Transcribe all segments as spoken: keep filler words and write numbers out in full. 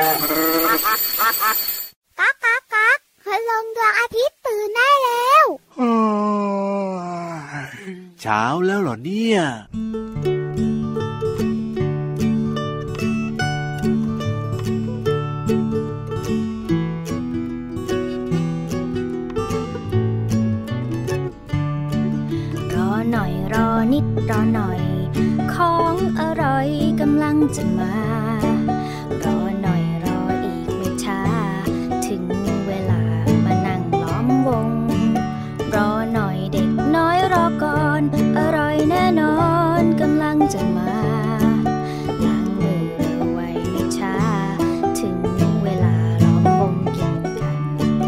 ก๊ากก๊ากก๊ากพลังดวงอาทิตย์ตื่นได้แล้วเช้าแล้วเหรอเนี่ยรอหน่อยรอนิดรอหน่อยของอร่อยกำลังจะมารอหน่อยรออีกไม่ช้าถึงเวลามานั่งล้อมวงรอหน่อยเด็กน้อยรอก่อนอร่อยแน่นอนกำลังจะมาล้างมือเร็วไวไม่ช้าถึงเวลาล้อมวงกินกัน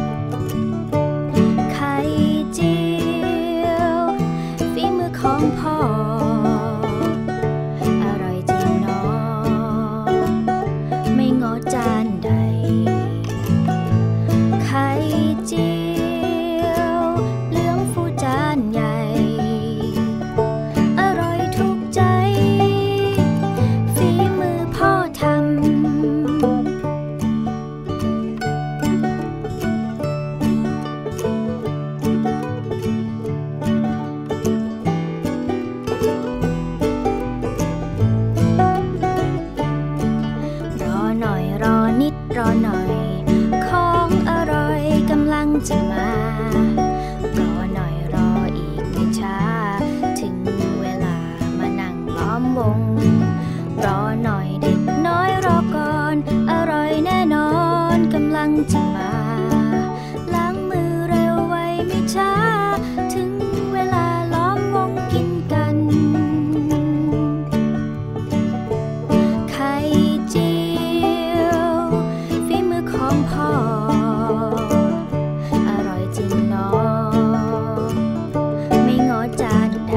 ไข่เจียวฝีมือของพ่ออร่อยจริงเนาะไม่งอจานใดไข่เจียวเหลืองฟูจานใหญ่อร่อยถูกใจฝีมือพ่อทำรอหน่อยรอนิดรอหน่อยของอร่อยกำลังจะมารอหน่อยรออีกไม่ช้าถึงเวลามานั่งล้อมวงรอหน่อยเด็กน้อยรอก่อนอร่อยแน่นอนกำลังจะมาล้างมือเร็วไวไม่ช้าถึงเวลาล้อมวงกินกันไข่เจียวฝีมือของพ่ออร่อยจริงเนาะไม่งอจานใด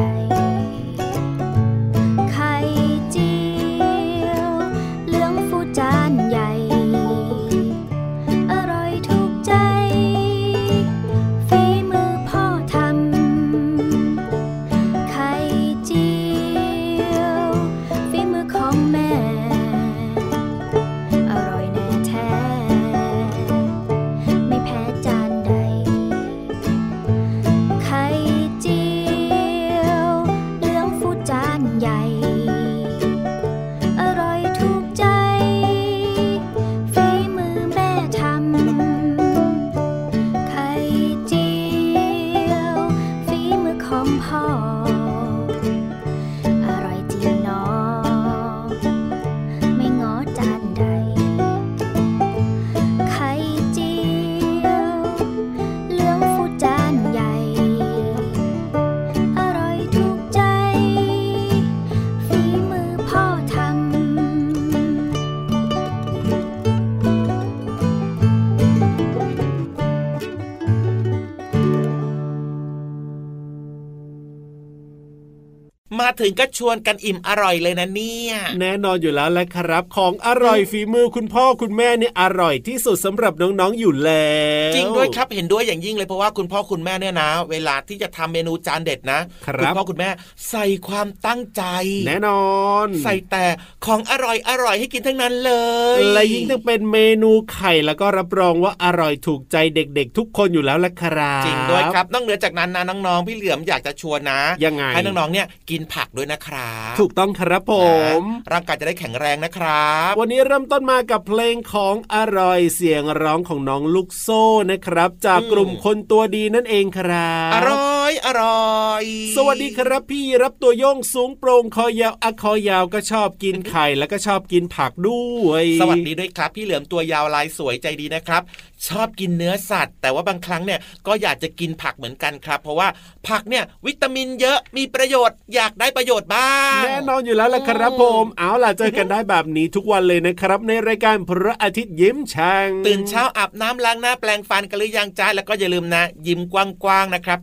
ไข่เจียวเหลืองฟูจานใหญ่อร่อยถูกใจฝีมือพ่อทำไข่เจียวฝีมือของแม่อร่อยแน่แท้ไม่แพ้จานใดไข่เจียวเหลืองฟูจานใหญ่อร่อยถูกใจฝีมือแม่ทำไข่เจียวฝีมือของพ่ออร่อยจริงเนาะไม่งอจานใดไข่เจียวเหลืองฟูจานใหญ่อร่อยถูกใจฝีมือพ่อทำมาถึงก็ชวนกันอิ่มอร่อยเลยนะเนี่ยแน่นอนอยู่แล้วแหละครับของอร่อยฝีมือคุณพ่อคุณแม่เนี่ยอร่อยที่สุดสำหรับน้องๆอยู่แล้วจริงด้วยครับเห็นด้วยอย่างยิ่งเลยเพราะว่าคุณพ่อคุณแม่เนี่ยนะเวลาที่จะทำเมนูจานเด็ดนะคุณพ่อคุณแม่ใส่ความตั้งใจแน่นอนใส่แต่ของอร่อยอร่อยให้กินทั้งนั้นเลยและยิ่งต้องเป็นเมนูไข่แล้วก็รับรองว่าอร่อยถูกใจเด็กๆทุกคนอยู่แล้วแหละครับจริงด้วยครับนอกเหนือจากนั้นนะน้องๆพี่เหลือมอยากจะชวนนะยังไงให้น้องๆเนี่ยกินผักด้วยนะครับถูกต้องครับผมร่างกายจะได้แข็งแรงนะครับวันนี้เริ่มต้นมากับเพลงของอร่อยเสียงร้องของน้องลูกโซ่นะครับจากกลุ่มคนตัวดีนั่นเองครับอร่อยอร่อยสวัสดีครับพี่รับตัวโยงสูงโปร่งคอยาวอะคอยาวก็ชอบกินไข่แล้วก็ชอบกินผักด้วยสวัสดีด้วยครับพี่เหลือมตัวยาวลายสวยใจดีนะครับชอบกินเนื้อสัตว์แต่ว่าบางครั้งเนี่ยก็อยากจะกินผักเหมือนกันครับเพราะว่าผักเนี่ยวิตามินเยอะมีประโยชน์อยากได้ประโยชน์บ้างแน่นอนอยู่แล้วล่ะครับผมเอาล่ะเจอกันได้แบบนี้ทุกวันเลยนะครับในรายการพระอาทิตย์ยิ้มแฉ่งตื่นเช้าอาบน้ำล้างหน้าแปรงฟันกันหรือยังจ้าแล้วก็อย่าลืมนะยิ้มกว้างๆนะครับยิ้มอย่างมี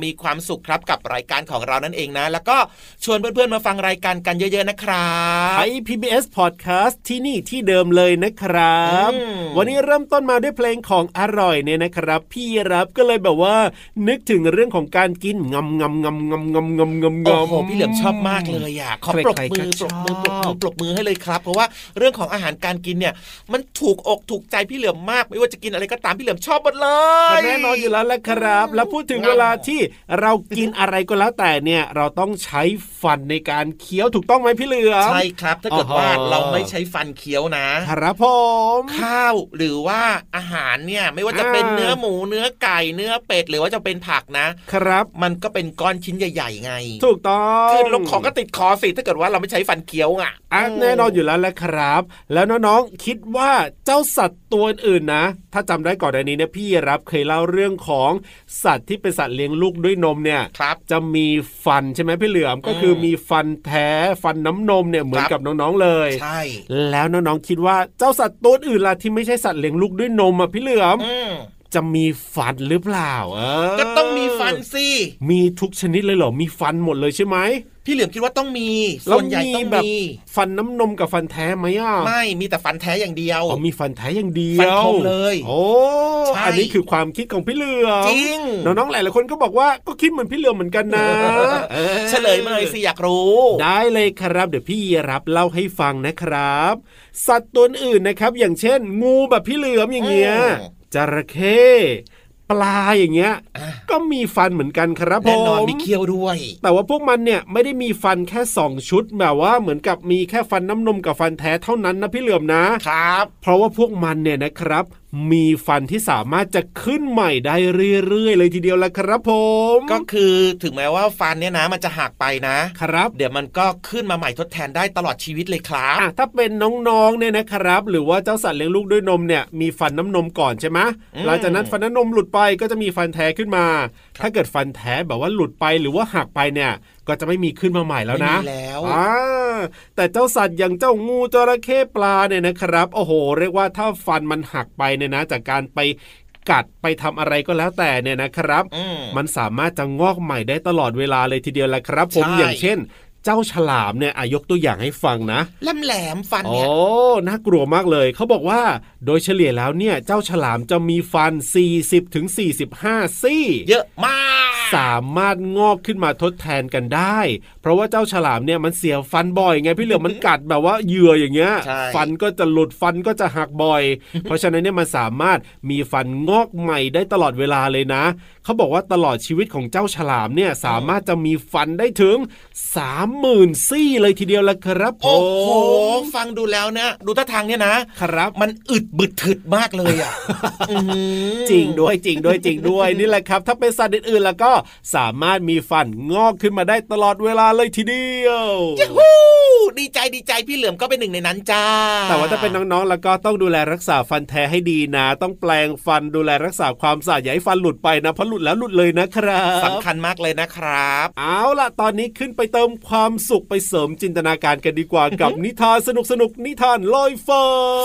มีความสุขครับกับรายการของเรานั่นเองนะแล้วก็ชวนเพื่อนๆมาฟังรายการกันเยอะๆนะครับไทย พี บี เอส Podcast ที่นี่ที่เดิมเลยนะครับวันนี้เริ่มต้นมาด้วยเพลงของอร่อยเนี่ยนะครับพี่รับก็เลยแบบว่านึกถึงเรื่องของการกินงำงำงำงำงำงำงำงำโอ้โหพี่เหลือมชอบมากเลยอ่ะขอปรบมือปรบมือปรบมือปรบมือให้เลยครับเพราะว่าเรื่องของอาหารการกินเนี่ยมันถูกอกถูกใจพี่เหลือมมากไม่ว่าจะกินอะไรก็ตามพี่เหลือมชอบหมดเลยแน่นอนอยู่แล้วแหละครับแล้วพูดถึงเวลาที่เรากินอะไรก็แล้วแต่เนี่ยเราต้องใช้ฟันในการเคี้ยวถูกต้องไหมพี่เหลือมใช่ครับถ้าเกิดว่าเราไม่ใช้ฟันเคี้ยวนะครับผมข้าวหรือว่าอาหารเนี่ยไม่ว่าจะเป็นเนื้อหมูเนื้อไก่เนื้อเป็ดหรือว่าจะเป็นผักนะครับมันก็เป็นก้อนชิ้นใหญ่ๆไงถูกต้องคือลงของก็ติดคอสิถ้าเกิดว่าเราไม่ใช้ฟันเคี้ยวอ่ะแน่นอนอยู่แล้วแหละครับแล้วน้องๆคิดว่าเจ้าสัตว์ตัวอื่นนะถ้าจำได้ก่อนในนี้เนี่ยพี่รับเคยเล่าเรื่องของสัตว์ที่เป็นสัตว์เลี้ยงลูกด้วยนมเนี่ยจะมีฟันใช่ไหมพี่เหลือมก็คือมีฟันแท้ฟันน้ำนมเนี่ยเหมือนกับน้องๆเลยใช่แล้วน้องๆคิดว่าเจ้าสัตว์ตัวอื่นล่ะที่ไม่ใช่สัตว์เลี้ยงลูกด้วยนมอ่ะพี่เหลือมจะมีฟันหรือเปล่าเออก็ต้องมีฟันสิมีทุกชนิดเลยเหรอมีฟันหมดเลยใช่ไหมพี่เหลือมคิดว่าต้องมีส่วนใหญ่ต้องมีฟันน้ำนมกับฟันแท้ไหมอ่ะไม่มีแต่ฟันแท้อย่างเดียวอ๋อมีฟันแท้อย่างเดียวฟันธงเลยโอ้อันนี้คือความคิดของพี่เหลือมจริงน้องๆหลายๆคนก็บอกว่าก็คิดเหมือนพี่เหลือมเหมือนกันนะเฉลยมาเลยสิอยากรู้ได้เลยครับเดี๋ยวพี่รับเล่าให้ฟังนะครับสัตว์ตัวอื่นนะครับอย่างเช่นงูแบบพี่เหลือมอย่างเงี้ยจระเข้ปลาอย่างเงี้ยก็มีฟันเหมือนกันครับผมแน่นอนมีเขี้ยวด้วยแต่ว่าพวกมันเนี่ยไม่ได้มีฟันแค่สองชุดแบบว่าเหมือนกับมีแค่ฟันน้ำนมกับฟันแท้เท่านั้นนะพี่เหลือมนะครับเพราะว่าพวกมันเนี่ยนะครับมีฟันที่สามารถจะขึ้นใหม่ได้เรื่อยๆเลยทีเดียวละครับผมก็คือถึงแม้ว่าฟันเนี่ยนะมันจะหักไปนะครับเดี๋ยวมันก็ขึ้นมาใหม่ทดแทนได้ตลอดชีวิตเลยครับถ้าเป็นน้องๆเนี่ยนะครับหรือว่าเจ้าสัตว์เลี้ยงลูกด้วยนมเนี่ยมีฟันน้ำนมก่อนใช่ไหมหลังจากนั้นฟันน้ำนมหลุดไปก็จะมีฟันแท้ขึ้นมาถ้าเกิดฟันแท้แบบว่าหลุดไปหรือว่าหักไปเนี่ยก็จะไม่มีขึ้นมาใหม่แล้วนะไม่มีแล้วแต่เจ้าสัตว์อย่างเจ้างูจระเข้ปลาเนี่ยนะครับโอ้โหเรียกว่าถ้าฟันมันหักไปเนี่ยนะจากการไปกัดไปทำอะไรก็แล้วแต่เนี่ยนะครับมมันสามารถจะงอกใหม่ได้ตลอดเวลาเลยทีเดียวแหละครับผมอย่างเช่นเจ้าฉลามเนี่ยอายกตัวอย่างให้ฟังนะแหลมๆฟันเนี่ยโอ้น่ากลัวมากเลยเขาบอกว่าโดยเฉลี่ยแล้วเนี่ยเจ้าฉลามจะมีฟัน สี่สิบถึงสี่สิบห้า ซี่เยอะมากสามารถงอกขึ้นมาทดแทนกันได้เพราะว่าเจ้าฉลามเนี่ยมันเสียฟันบ่อยไงพี่เหลือมมันกัดแบบว่าเหยื่ออย่างเงี้ยฟันก็จะหลุดฟันก็จะหักบ่อย เพราะฉะนั้นเนี่ยมันสามารถมีฟันงอกใหม่ได้ตลอดเวลาเลยนะเขาบอกว่าตลอดชีวิตของเจ้าฉลามเนี่ยสามารถจะมีฟันได้ถึง สามหมื่น ซี่เลยทีเดียวละครับโอ้โหฟังดูแล้วเนี่ยดูท่าทางเนี่ยนะครับมันอึดบึดถึดมากเลยอ่ะจริงด้วยจริงด้วยจริงด้วยนี่แหละครับถ้าเป็นสัตว์อื่นๆแล้วก็สามารถมีฟันงอกขึ้นมาได้ตลอดเวลาเลยทีเดียวยูดีใจดีใจพี่เหลือมก็เป็นหนึ่งในนั้นจ้าแต่ว่าถ้าเป็นน้องๆแล้วก็ต้องดูแลรักษาฟันแท้ให้ดีนะต้องแปลงฟันดูแลรักษาความสะอาดอย่าให้ฟันหลุดไปนะเพราะหลุดแล้วหลุดเลยนะครับสำคัญมากเลยนะครับเอาล่ะตอนนี้ขึ้นไปเติมความสุขไปเสริมจินตนาการกันดีกว่ากับนิทานสนุกๆนิทานลอยฟ้า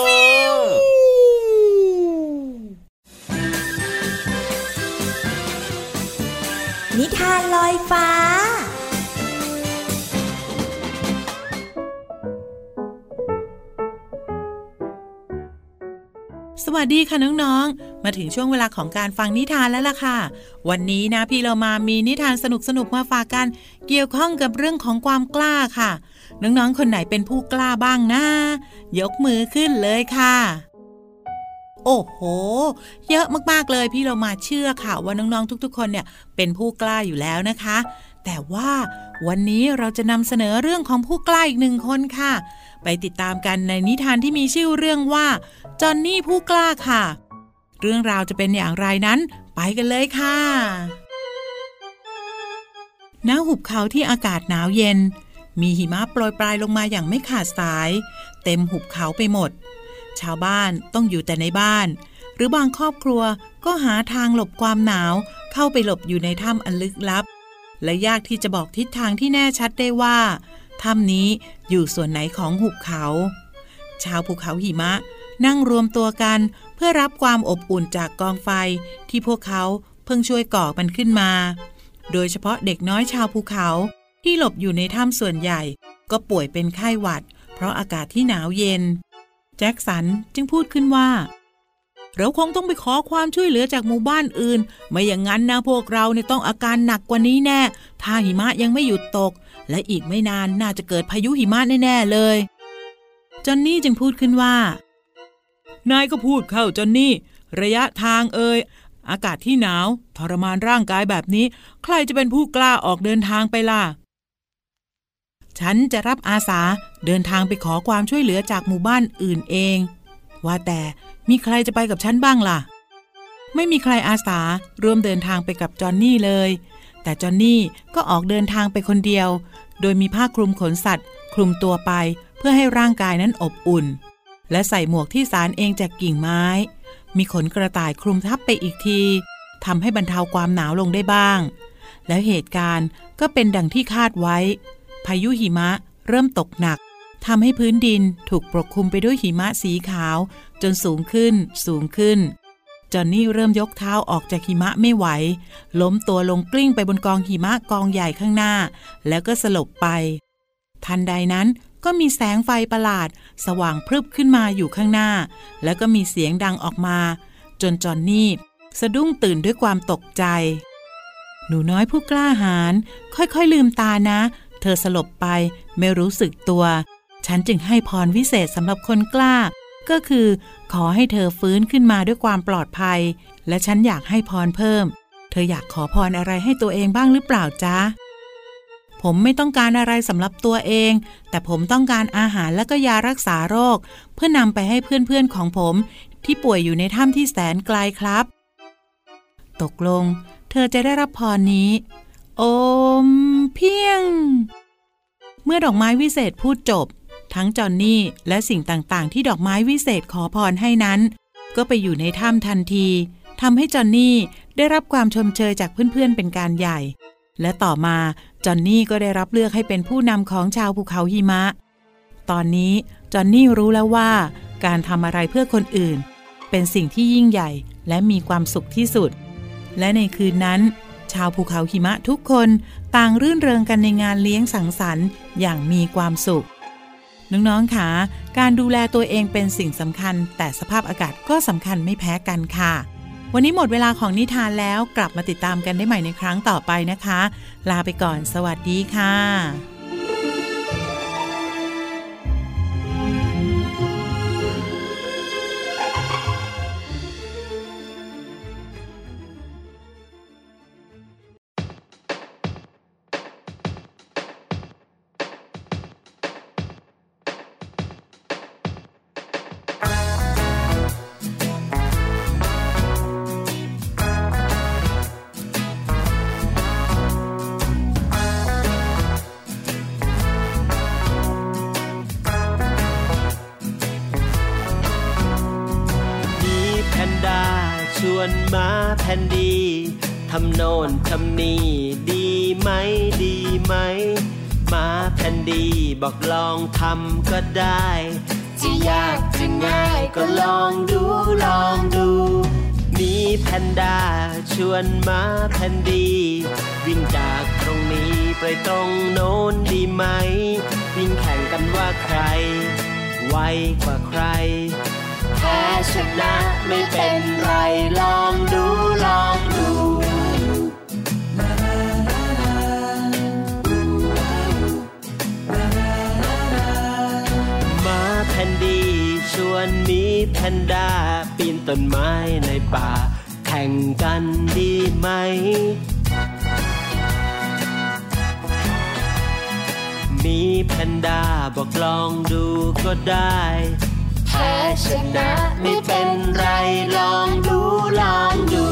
นิทานลอยฟ้าสวัสดีค่ะน้องๆมาถึงช่วงเวลาของการฟังนิทานแล้วล่ะค่ะวันนี้นะพี่เรามามีนิทานสนุกๆมาฝากกันเกี่ยวข้องกับเรื่องของความกล้าค่ะน้องๆคนไหนเป็นผู้กล้าบ้างนะยกมือขึ้นเลยค่ะโอ้โหเยอะมากๆเลยพี่เรามาเชื่อค่ะว่าน้องๆทุกๆคนเนี่ยเป็นผู้กล้าอยู่แล้วนะคะแต่ว่าวันนี้เราจะนำเสนอเรื่องของผู้กล้าอีกหนึ่งคนค่ะไปติดตามกันในนิทานที่มีชื่อเรื่องว่าจอนนี่ผู้กล้าค่ะเรื่องราวจะเป็นอย่างไรนั้นไปกันเลยค่ะณ หุบเขาที่อากาศหนาวเย็นมีหิมะโปรยปลายลงมาอย่างไม่ขาดสายเต็มหุบเขาไปหมดชาวบ้านต้องอยู่แต่ในบ้านหรือบางครอบครัวก็หาทางหลบความหนาวเข้าไปหลบอยู่ในถ้ำอันลึกลับและยากที่จะบอกทิศทางที่แน่ชัดได้ว่าถ้ำนี้อยู่ส่วนไหนของหุบเขาชาวภูเขาหิมะนั่งรวมตัวกันเพื่อรับความอบอุ่นจากกองไฟที่พวกเขาเพิ่งช่วยก่อมันขึ้นมาโดยเฉพาะเด็กน้อยชาวภูเขาที่หลบอยู่ในถ้ำส่วนใหญ่ก็ป่วยเป็นไข้หวัดเพราะอากาศที่หนาวเย็นแจ็คสันจึงพูดขึ้นว่าเราคงต้องไปขอความช่วยเหลือจากหมู่บ้านอื่นไม่อย่างนั้นนะพวกเราเนี่ยต้องอาการหนักกว่านี้แน่ถ้าหิมะยังไม่หยุดตกและอีกไม่นานน่าจะเกิดพายุหิมะแน่ๆเลยจอนนี่จึงพูดขึ้นว่านายก็พูดเข้าจอนนี่ระยะทางเอ่ยอากาศที่หนาวทรมานร่างกายแบบนี้ใครจะเป็นผู้กล้าออกเดินทางไปล่ะฉันจะรับอาสาเดินทางไปขอความช่วยเหลือจากหมู่บ้านอื่นเองว่าแต่มีใครจะไปกับฉันบ้างล่ะไม่มีใครอาสาร่วมเดินทางไปกับจอนนี่เลยแต่จอนนี่ก็ออกเดินทางไปคนเดียวโดยมีผ้าคลุมขนสัตว์คลุมตัวไปเพื่อให้ร่างกายนั้นอบอุ่นและใส่หมวกที่สารเองจากกิ่งไม้มีขนกระต่ายคลุมทับไปอีกทีทำให้บรรเทาความหนาวลงได้บ้างแล้วเหตุการณ์ก็เป็นดังที่คาดไว้พายุหิมะเริ่มตกหนักทำให้พื้นดินถูกปกคลุมไปด้วยหิมะสีขาวจนสูงขึ้นสูงขึ้นจอนนี่เริ่มยกเท้าออกจากหิมะไม่ไหวล้มตัวลงกลิ้งไปบนกองหิมะกองใหญ่ข้างหน้าแล้วก็สลบไปทันใดนั้นก็มีแสงไฟประหลาดสว่างพรึบขึ้นมาอยู่ข้างหน้าแล้วก็มีเสียงดังออกมาจนจอนนี่สะดุ้งตื่นด้วยความตกใจหนูน้อยผู้กล้าหาญค่อยๆลืมตานะเธอสลบไปไม่รู้สึกตัวฉันจึงให้พรวิเศษสำหรับคนกล้าก็คือขอให้เธอฟื้นขึ้นมาด้วยความปลอดภัยและฉันอยากให้พรเพิ่มเธออยากขอพรอะไรให้ตัวเองบ้างหรือเปล่าจ๊ะผมไม่ต้องการอะไรสำหรับตัวเองแต่ผมต้องการอาหารและก็ยารักษาโรคเพื่อนำไปให้เพื่อนๆของผมที่ป่วยอยู่ในถ้ำที่แสนไกลครับตกลงเธอจะได้รับพรนี้โอมเพียงเมื่อดอกไม้วิเศษพูดจบทั้งจอนนี่และสิ่งต่างๆที่ดอกไม้วิเศษขอพรให้นั้นก็ไปอยู่ในถ้ำทันทีทำให้จอนนี่ได้รับความชมเชยจากเพื่อนๆเป็นการใหญ่และต่อมาจอนนี่ก็ได้รับเลือกให้เป็นผู้นำของชาวภูเขาหิมะตอนนี้จอนนี่รู้แล้วว่าการทำอะไรเพื่อคนอื่นเป็นสิ่งที่ยิ่งใหญ่และมีความสุขที่สุดและในคืนนั้นชาวภูเขาหิมะทุกคนต่างรื่นเริงกันในงานเลี้ยงสังสรรค์อย่างมีความสุขน้องๆค่ะการดูแลตัวเองเป็นสิ่งสำคัญแต่สภาพอากาศก็สำคัญไม่แพ้กันค่ะวันนี้หมดเวลาของนิทานแล้วกลับมาติดตามกันได้ใหม่ในครั้งต่อไปนะคะลาไปก่อนสวัสดีค่ะชวนมาแผ่นดีทำโน่นทำนี่ดีไหมดีไหมมาแผ่นดีบอกลองทำก็ได้จะยากจะง่ายก็ลองดูลองดูมีแพนด้าชวนมาแผ่นดีวิ่งจากตรงนี้ไปตรงโน้นดีไหมวิ่งแข่งกันว่าใครไวกว่าใครแพ้ชนะไม่เป็นไรลองดูลองดูมาแผ่นดีชวนมีแพนด้าปีนต้นไม้ในป่าแข่งกันดีไหมมีแพนด้าบอกลองดูก็ได้แพ้ชนะไม่เป็นไรลองดูลองดู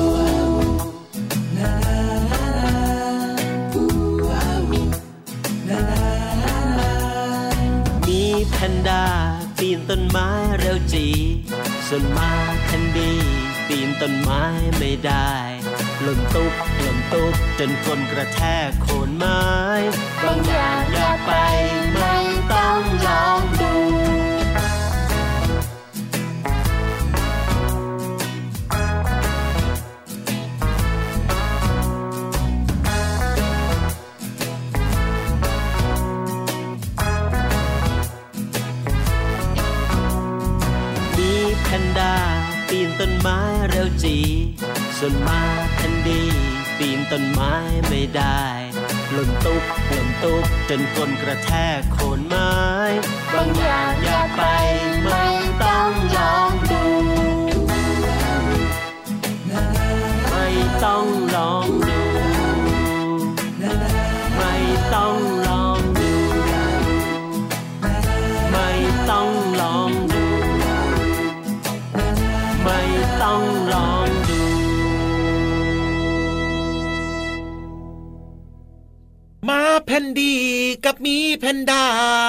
มีแพนด้าปีนต้นไม้เร็วจีส่วนม้าแคนดี้ปีนต้นไม้ไม่ได้หล่นตุ๊บหล่นตุ๊บจนก้นกระแทกโคนไม้บางอย่างอยากไปไม่ต้องลองดูพนด้าปีนต้นไม้เร็วจีส่วนม้าแพนดีปีนต้นไม้ไม่ได้หล่นตุ๊บหล่นตุ๊บจนก้นกระแทกโคนไม้บางอย่างอยากไปไม่ต้องลองดูไม่ต้องลองดูไม่ต้องลองดูไม่ต้องลองดูไม่ต้องลองดูมาแพนดีกับมีแพนด้า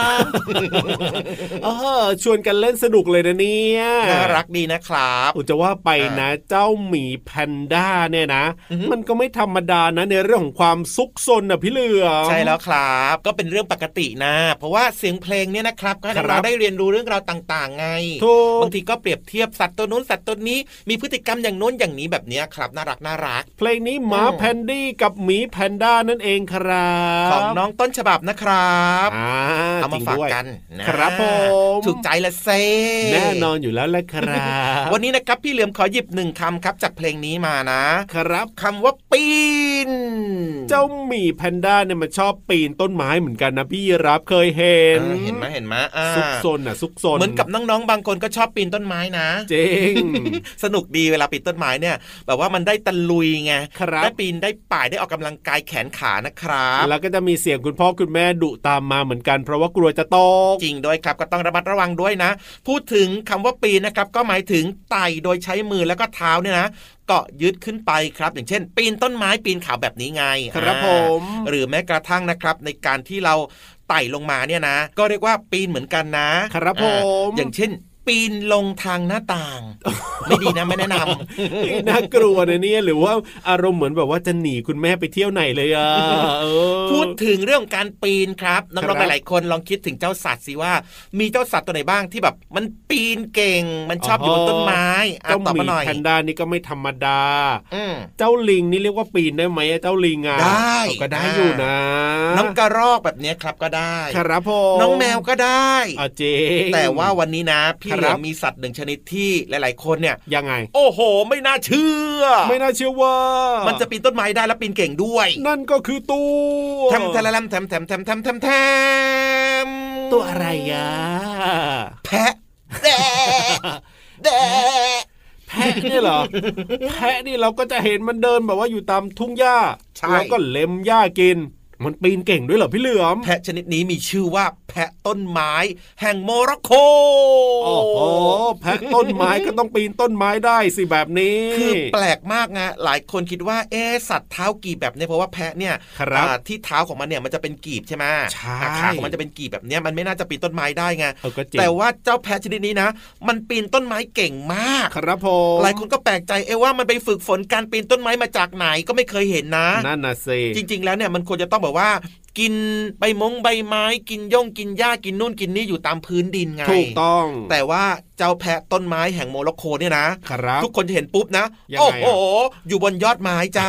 อ๋อชวนกันเล่นสนุกเลยนะเนี่ยน่ารักดีนะครับอุจะว่าไปนะเจ้าหมีแพนด้าเนี่ยนะมันก็ไม่ธรรมดานะในเรื่องของความซุกซนนะพี่เหลือมใช่แล้วครับก็เป็นเรื่องปกตินะเพราะว่าเสียงเพลงเนี่ยนะครับก็ให้เราได้เรียนรู้เรื่องราวต่างๆไงบางทีก็เปรียบเทียบสัตว์ตัวนู้นสัตว์ตัวนี้มีพฤติกรรมอย่างโน้นอย่างนี้แบบนี้ครับน่ารักน่ารักเพลงนี้หมาแพนดี้กับหมีแพนด้านั่นเองครับของน้องต้นฉบับนะครับเอามาฝากกันนะครับผมถูกใจละเซแน่นอนอยู่แล้วแหละครับวันนี้นะครับพี่เหลือมขอหยิบหนึ่งคำครับจากเพลงนี้มานะครับคำว่าปีนเจ้าหมีแพนด้าเนี่ยมันชอบปีนต้นไม้เหมือนกันนะพี่รับเคยเห็นเห็นไหมเห็นไหมซุกซนอ่ะซุกซนเหมือนกับน้องๆบางคนก็ชอบปีนต้นไม้นะจริงสนุกดีเวลาปีนต้นไม้เนี่ยแบบว่ามันได้ตะลุยไงได้ปีนได้ป่ายได้ออกกำลังกายแขนขานะครับแล้วก็จะมีเสียงคุณพ่อคุณแม่ดุตามมาเหมือนกันเพราะว่ากลัวจะตกจริงด้วยครับก็ต้องระมัดระวังด้วยนะพูดถึงคำว่าปีนนะครับก็หมายถึงไต่โดยใช้มือแล้วก็เท้าเนี่ยนะเกาะยึดขึ้นไปครับอย่างเช่นปีนต้นไม้ปีนเขาแบบนี้ไงครับผมหรือแม้กระทั่งนะครับในการที่เราไต่ลงมาเนี่ยนะก็เรียกว่าปีนเหมือนกันนะครับผมอย่างเช่นปีนลงทางหน้าต่าง ไม่ดีนะไม่แนะนำ น่ากลัวนะเนี่ยหรือว่าอารมณ์เหมือนแบบว่าจะหนีคุณแม่ไปเที่ยวไหนเลยอ่ะพูดถึงเรื่องการปีนครับน้องๆหลายๆคนลองคิดถึงเจ้าสัตว์สิว่ามีเจ้าสัตว์ตัวไหนบ้างที่แบบมันปีนเก่งมันชอบอยู่บนต้นไม้อ่ะตอบมาหน่อยแพนด้านี่ก็ไม่ธรรมดาเจ้าลิงนี่เรียกว่าปีนได้ไหมเจ้าลิงอ่ะได้ก็ได้อยู่นะน้องกระรอกแบบนี้ครับก็ได้ครับผมน้องแมวก็ได้อ๋อเจ๊แต่ว่าวันนี้นะพี่เหลือมีสัตว์หนึ่งชนิดที่หลายๆคนเนี่ยยังไงโอ้โหไม่น่าเชื่อไม่น่าเชื่อว่ามันจะปีนต้นไม้ได้และปีนเก่งด้วยนั่นก็คือตัวแทมแทมแทมแทมแทมแทมแทมแทมตัวอะไรอ่ะแพะแดะแดะแพะนี่เหรอแพะนี่เราก็จะเห็นมันเดินแบบว่าอยู่ตามทุ่งหญ้าแล้วก็เล็มหญ้ากินมันปีนเก่งด้วยเหรอพี่เหลือมแพะชนิดนี้มีชื่อว่าแพะต้นไม้แห่งโมร็อกโกโอ้โหแพะต้นไม้ก็ต้องปีนต้นไม้ได้สิแบบนี้คือแปลกมากนะหลายคนคิดว่าเอ๊ะสัตว์เท้ากีบแบบนี้เพราะว่าแพะเนี่ยที่เท้าของมันเนี่ยมันจะเป็นกีบใช่ไหมขาของมันจะเป็นกีบแบบนี้มันไม่น่าจะปีนต้นไม้ได้ไงแต่ว่าเจ้าแพะชนิดนี้นะมันปีนต้นไม้เก่งมากครับผมหลายคนก็แปลกใจเอ๊ะว่ามันไปฝึกฝนการปีนต้นไม้มาจากไหนก็ไม่เคยเห็นนะนั่นน่ะสิจริงๆแล้วเนี่ยมันควรจะต้องแบบว่ากินใบมงใบไม้กินย่งกินหญ้ากินนู่นกินนี่อยู่ตามพื้นดินไงถูกต้องแต่ว่าเจ้าแพะต้นไม้แห่งโมร็อกโกเนี่ยนะทุกคนจะเห็นปุ๊บนะโอ้โหอยู่บนยอดไม้จ้า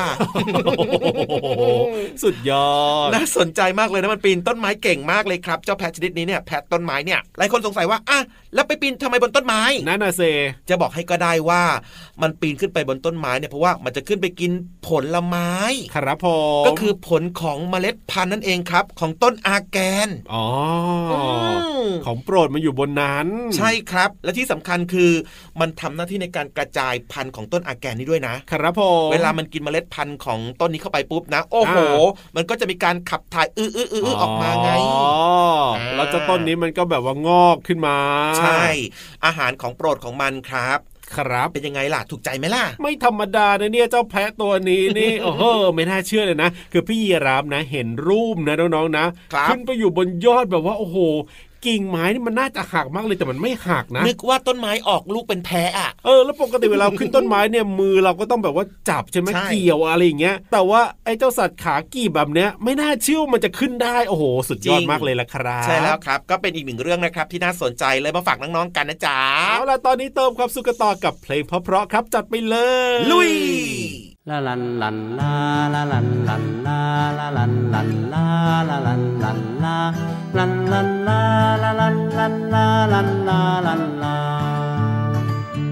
สุดยอดน่าสนใจมากเลยนะมันปีนต้นไม้เก่งมากเลยครับเจ้าแพะชนิดนี้เนี่ยแพะต้นไม้เนี่ยหลายคนสงสัยว่าอ่ะแล้วไปปีนทำไมบนต้นไม้นั่นน่ะเซจะบอกให้ก็ได้ว่ามันปีนขึ้นไปบนต้นไม้เนี่ยเพราะว่ามันจะขึ้นไปกินผลไม้ครับผมก็คือผลของเมล็ดพันธุ์นั่นเองครับของต้นอาแกนอ๋อของโปรดมันอยู่บนนั้นใช่ครับและที่สำคัญคือมันทำหน้าที่ในการกระจายพันธุ์ของต้นอาแกนนี้ด้วยนะครับผมเวลามันกินเมล็ดพันธุ์ของต้นนี้เข้าไปปุ๊บนะโอ้โหมันก็จะมีการขับถ่ายอื้ออื้ออื้อออกมาไงแล้วเจ้าต้นนี้มันก็แบบว่างอกขึ้นมาใช่อาหารของโปรดของมันครับครับเป็นยังไงล่ะถูกใจไหมล่ะไม่ธรรมดานะเนี่ยเจ้าแพะตัวนี้นี่โอ้โหไม่น่าเชื่อเลยนะคือพี่ยีราฟนะเห็นรูปนะน้องๆนะขึ้นไปอยู่บนยอดแบบว่าโอ้โหกิ่งไม้นี่มันน่าจะหักมากเลยแต่มันไม่หักนะนึกว่าต้นไม้ออกลูกเป็นแพะอ่ะเออแล้วปกติเวลาขึ้นต้นไม้เนี่ยมือเราก็ต้องแบบว่าจับใช่ไหมเกี่ยวอะไรอย่างเงี้ยแต่ว่าไอ้เจ้าสัตว์ขากีบแบบเนี้ยไม่น่าเชื่อมันจะขึ้นได้โอ้โหสุดยอดมากเลยละครับใช่แล้วครับก็เป็นอีกหนึ่งเรื่องนะครับที่น่าสนใจเลยมาฝากน้องๆกันนะจ๊ะเอาล่ะตอนนี้เติมความสุขต่อกับเพลงเพราะๆครับจัดไปเลยลุยลาลันลันลาลาลันลันลาลาลันลันลาลาลันลันลาลันลันลาลาลันลันลาลันลาลันลา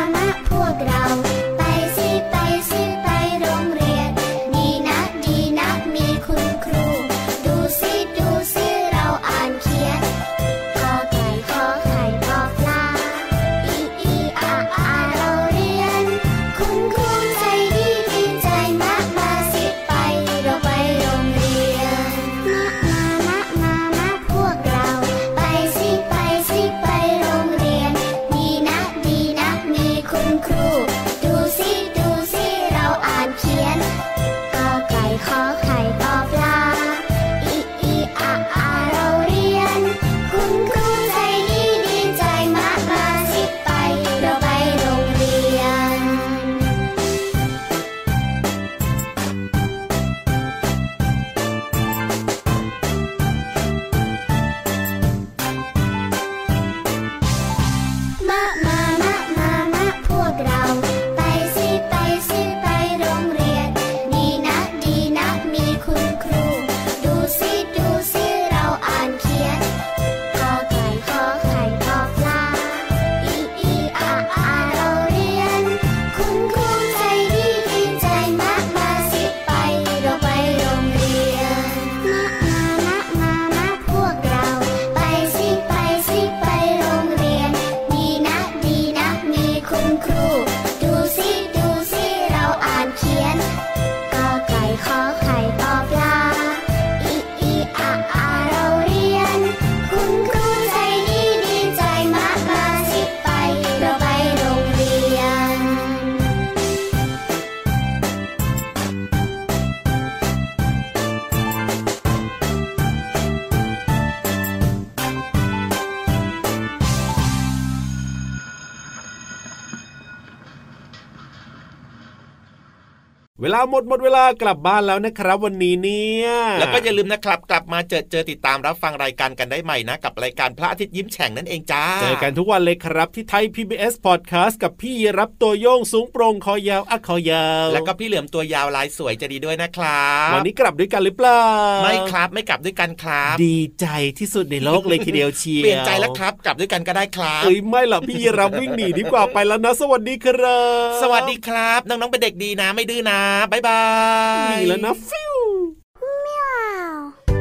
เวลาหมดหมดเวลากลับบ้านแล้วนะครับวันนี้เนี่ยแล้วก็อย่าลืมนะครับกลับมาเจอเจอติดตามรับฟังรายการกันได้ใหม่นะกับรายการพระอาทิตย์ยิ้มแฉ่งนั่นเองจ้าเจอกันทุกวันเลยครับที่ไทย พี บี เอส Podcast กับพี่รับตัวโยงสูงโปร่งคอยาวอักคอยาวแล้วก็พี่เหลือมตัวยาวลายสวยจะดีด้วยนะครับวันนี้กลับด้วยกันหรือเปล่าไม่ครับไม่กลับด้วยกันครับดีใจที่สุดในโลกเลยทีเดียวเชียวเปลี่ยนใจแล้วครับกลับด้วยกันก็ได้ครับเอ้ยไม่หรอกพี่รับวิ่งหนีดีกว่าไปแล้วนะสวัสดีครับสวัสดีครับน้องๆเป็นเด็กดีนะไม่ดื้อนะบ๊ายบายนี่แล้วนะฟิวเมียว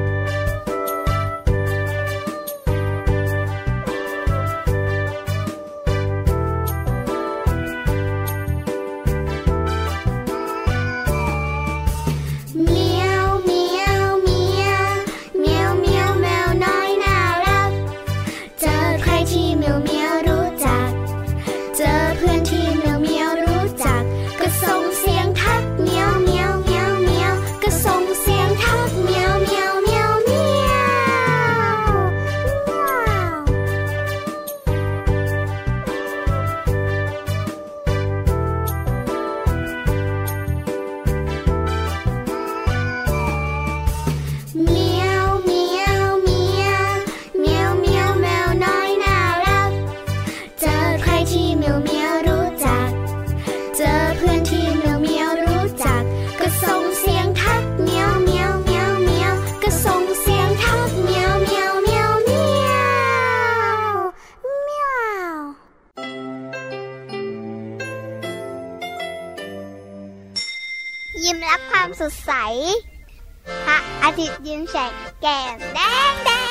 ยิ้มรับความสดใสพระอาทิตย์ยิ้มแฉกแก้มแดงแดง